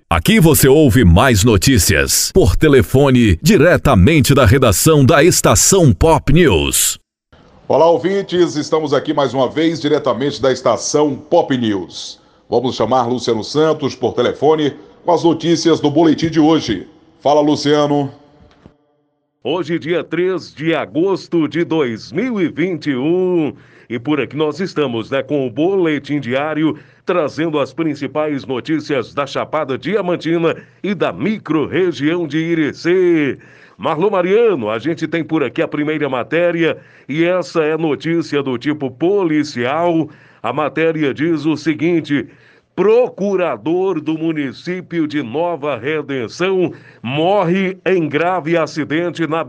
Aqui você ouve mais notícias por telefone diretamente da redação da Estação Pop News. Olá, ouvintes, estamos aqui mais uma vez diretamente da Estação Pop News. Vamos chamar Luciano Santos por telefone com as notícias do boletim de hoje. Fala, Luciano. Hoje, dia 3 de agosto de 2021, e por aqui nós estamos, com o boletim diário, trazendo as principais notícias da Chapada Diamantina e da micro-região de Irecê. Marlon Mariano, a gente tem por aqui a primeira matéria, e essa é notícia do tipo policial. A matéria diz o seguinte: procurador do município de Nova Redenção morre em grave acidente na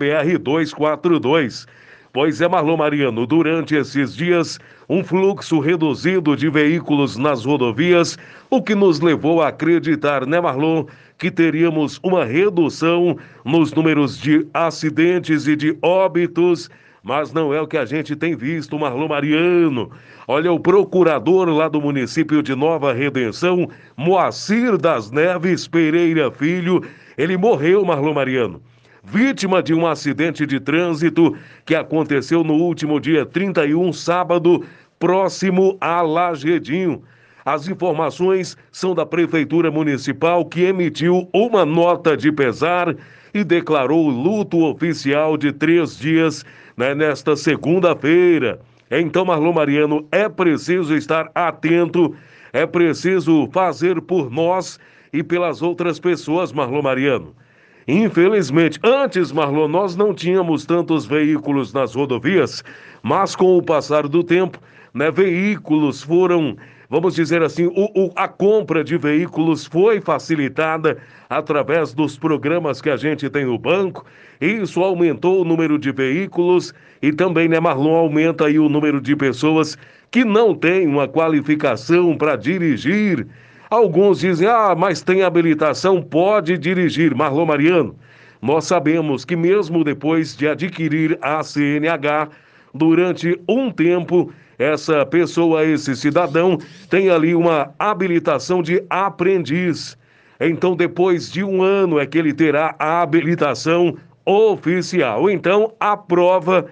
BR-242. Pois é, Marlon Mariano, durante esses dias, um fluxo reduzido de veículos nas rodovias, o que nos levou a acreditar, Marlon, que teríamos uma redução nos números de acidentes e de óbitos, mas não é o que a gente tem visto, Marlon Mariano. Olha, o procurador lá do município de Nova Redenção, Moacir das Neves Pereira Filho, ele morreu, Marlon Mariano, vítima de um acidente de trânsito que aconteceu no último dia 31, sábado, próximo a Lagedinho. As informações são da Prefeitura Municipal, que emitiu uma nota de pesar e declarou luto oficial de 3 dias, nesta segunda-feira. Então, Marlon Mariano, é preciso estar atento, é preciso fazer por nós e pelas outras pessoas, Marlon Mariano. Infelizmente, antes, Marlon, nós não tínhamos tantos veículos nas rodovias, mas com o passar do tempo, veículos foram, vamos dizer assim, a compra de veículos foi facilitada através dos programas que a gente tem no banco. Isso aumentou o número de veículos e também, Marlon, aumenta aí o número de pessoas que não têm uma qualificação para dirigir. Alguns dizem, mas tem habilitação, pode dirigir. Marlon Mariano, nós sabemos que mesmo depois de adquirir a CNH, durante um tempo, essa pessoa, esse cidadão, tem ali uma habilitação de aprendiz. Então, depois de 1 ano é que ele terá a habilitação oficial. Então, a prova,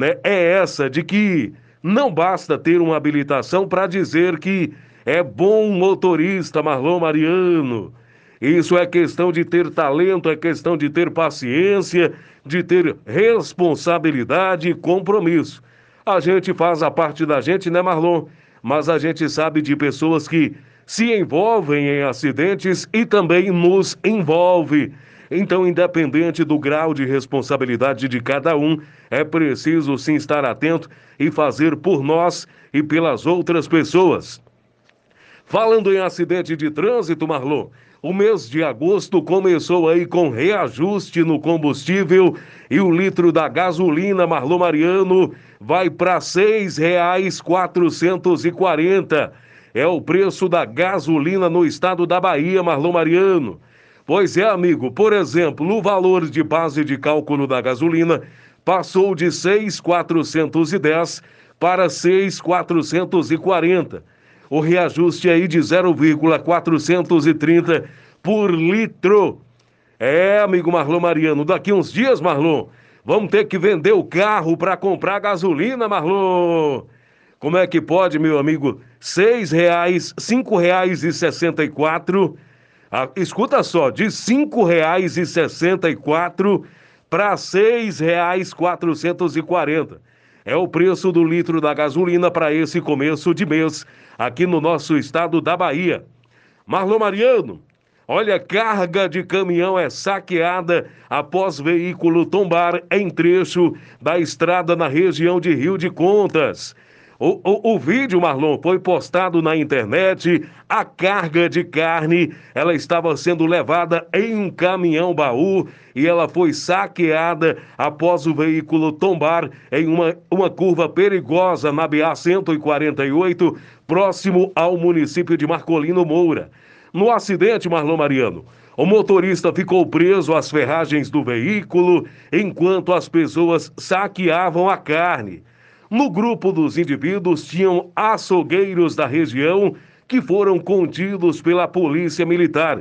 é essa de que não basta ter uma habilitação para dizer que é bom motorista, Marlon Mariano. Isso é questão de ter talento, é questão de ter paciência, de ter responsabilidade e compromisso. A gente faz a parte da gente, Marlon? Mas a gente sabe de pessoas que se envolvem em acidentes e também nos envolve. Então, independente do grau de responsabilidade de cada um, é preciso sim estar atento e fazer por nós e pelas outras pessoas. Falando em acidente de trânsito, Marlon, o mês de agosto começou aí com reajuste no combustível e o litro da gasolina, Marlon Mariano, vai para R$ 6,440. É o preço da gasolina no estado da Bahia, Marlon Mariano. Pois é, amigo, por exemplo, o valor de base de cálculo da gasolina passou de 6,410 para 6,440. O reajuste aí de 0,430 por litro. É, amigo Marlon Mariano, daqui uns dias, Marlon, vamos ter que vender o carro para comprar gasolina, Marlon. Como é que pode, meu amigo? R$ 5,64. Escuta só, de R$ 5,64 para R$ 6,440. É o preço do litro da gasolina para esse começo de mês, aqui no nosso estado da Bahia. Marlon Mariano, olha, carga de caminhão é saqueada após veículo tombar em trecho da estrada na região de Rio de Contas. O vídeo, Marlon, foi postado na internet. A carga de carne, ela estava sendo levada em um caminhão-baú e ela foi saqueada após o veículo tombar em uma curva perigosa na BA-148, próximo ao município de Marcolino Moura. No acidente, Marlon Mariano, o motorista ficou preso às ferragens do veículo enquanto as pessoas saqueavam a carne. No grupo dos indivíduos tinham açougueiros da região que foram contidos pela polícia militar.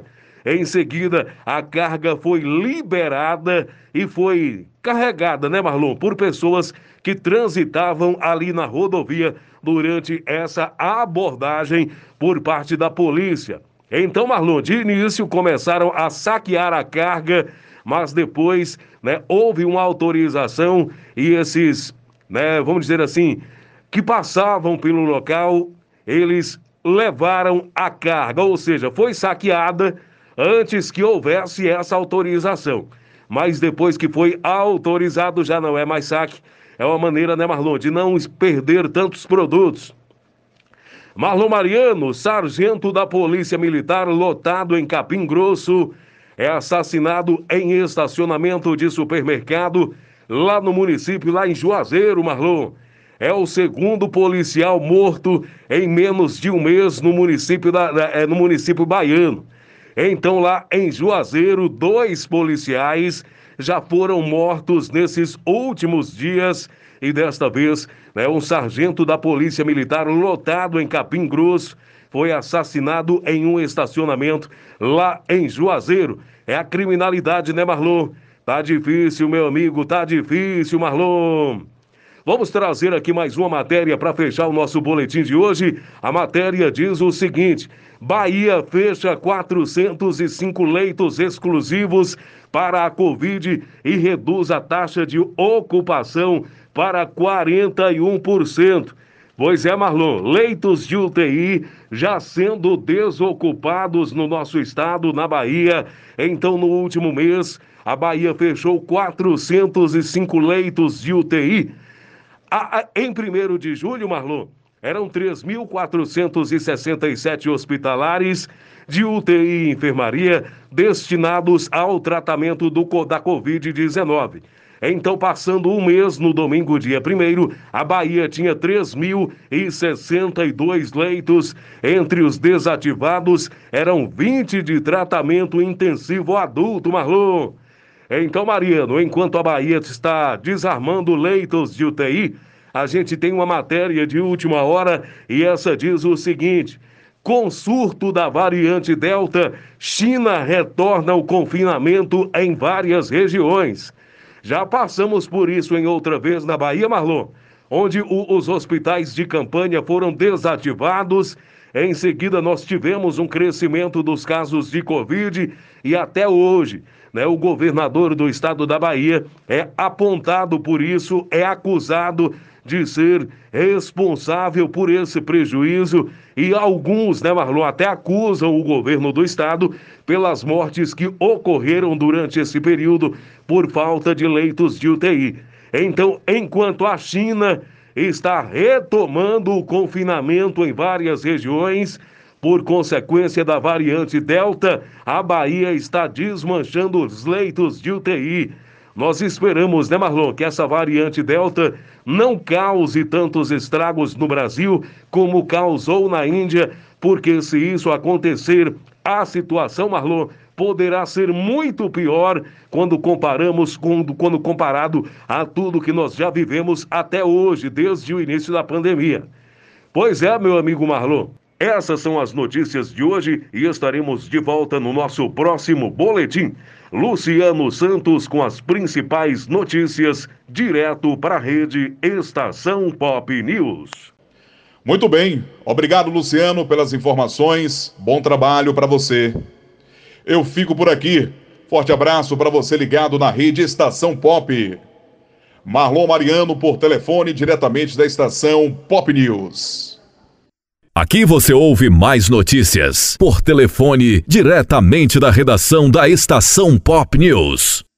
Em seguida, a carga foi liberada e foi carregada, né, Marlon, por pessoas que transitavam ali na rodovia durante essa abordagem por parte da polícia. Então, Marlon, de início começaram a saquear a carga, mas depois, né, houve uma autorização e esses, né, vamos dizer assim, que passavam pelo local, eles levaram a carga, ou seja, foi saqueada antes que houvesse essa autorização. Mas depois que foi autorizado, já não é mais saque. É uma maneira, né, Marlon, de não perder tantos produtos. Marlon Mariano, sargento da Polícia Militar, lotado em Capim Grosso, é assassinado em estacionamento de supermercado lá no município, lá em Juazeiro, Marlon. É o segundo policial morto em menos de um mês no município, no município baiano. Então, lá em Juazeiro, 2 policiais já foram mortos nesses últimos dias. E desta vez, né, um sargento da Polícia Militar lotado em Capim Grosso foi assassinado em um estacionamento lá em Juazeiro. É a criminalidade, né, Marlon? Tá difícil, meu amigo, tá difícil, Marlon. Vamos trazer aqui mais uma matéria para fechar o nosso boletim de hoje. A matéria diz o seguinte: Bahia fecha 405 leitos exclusivos para a Covid e reduz a taxa de ocupação para 41%. Pois é, Marlon, leitos de UTI já sendo desocupados no nosso estado, na Bahia. Então, no último mês, a Bahia fechou 405 leitos de UTI. Em 1º de julho, Marlon, eram 3.467 hospitalares de UTI e enfermaria destinados ao tratamento da Covid-19. Então, passando um mês, no domingo, dia 1º, a Bahia tinha 3.062 leitos. Entre os desativados, eram 20 de tratamento intensivo adulto, Marlon. Então, Mariano, enquanto a Bahia está desarmando leitos de UTI, a gente tem uma matéria de última hora e essa diz o seguinte: com surto da variante Delta, China retorna ao confinamento em várias regiões. Já passamos por isso em outra vez na Bahia, Marlon, onde os hospitais de campanha foram desativados. Em seguida, nós tivemos um crescimento dos casos de Covid e até hoje, né, o governador do estado da Bahia é apontado por isso, é acusado de ser responsável por esse prejuízo e alguns, né, Marlon, até acusam o governo do estado pelas mortes que ocorreram durante esse período por falta de leitos de UTI. Então, enquanto a China está retomando o confinamento em várias regiões, por consequência da variante Delta, a Bahia está desmanchando os leitos de UTI. Nós esperamos, né, Marlon, que essa variante Delta não cause tantos estragos no Brasil como causou na Índia, porque se isso acontecer, a situação, Marlon, poderá ser muito pior quando comparado a tudo que nós já vivemos até hoje, desde o início da pandemia. Pois é, meu amigo Marlon. Essas são as notícias de hoje e estaremos de volta no nosso próximo boletim. Luciano Santos com as principais notícias, direto para a rede Estação Pop News. Muito bem, obrigado Luciano pelas informações, bom trabalho para você. Eu fico por aqui, forte abraço para você ligado na rede Estação Pop. Marlon Mariano por telefone diretamente da Estação Pop News. Aqui você ouve mais notícias por telefone diretamente da redação da Estação Pop News.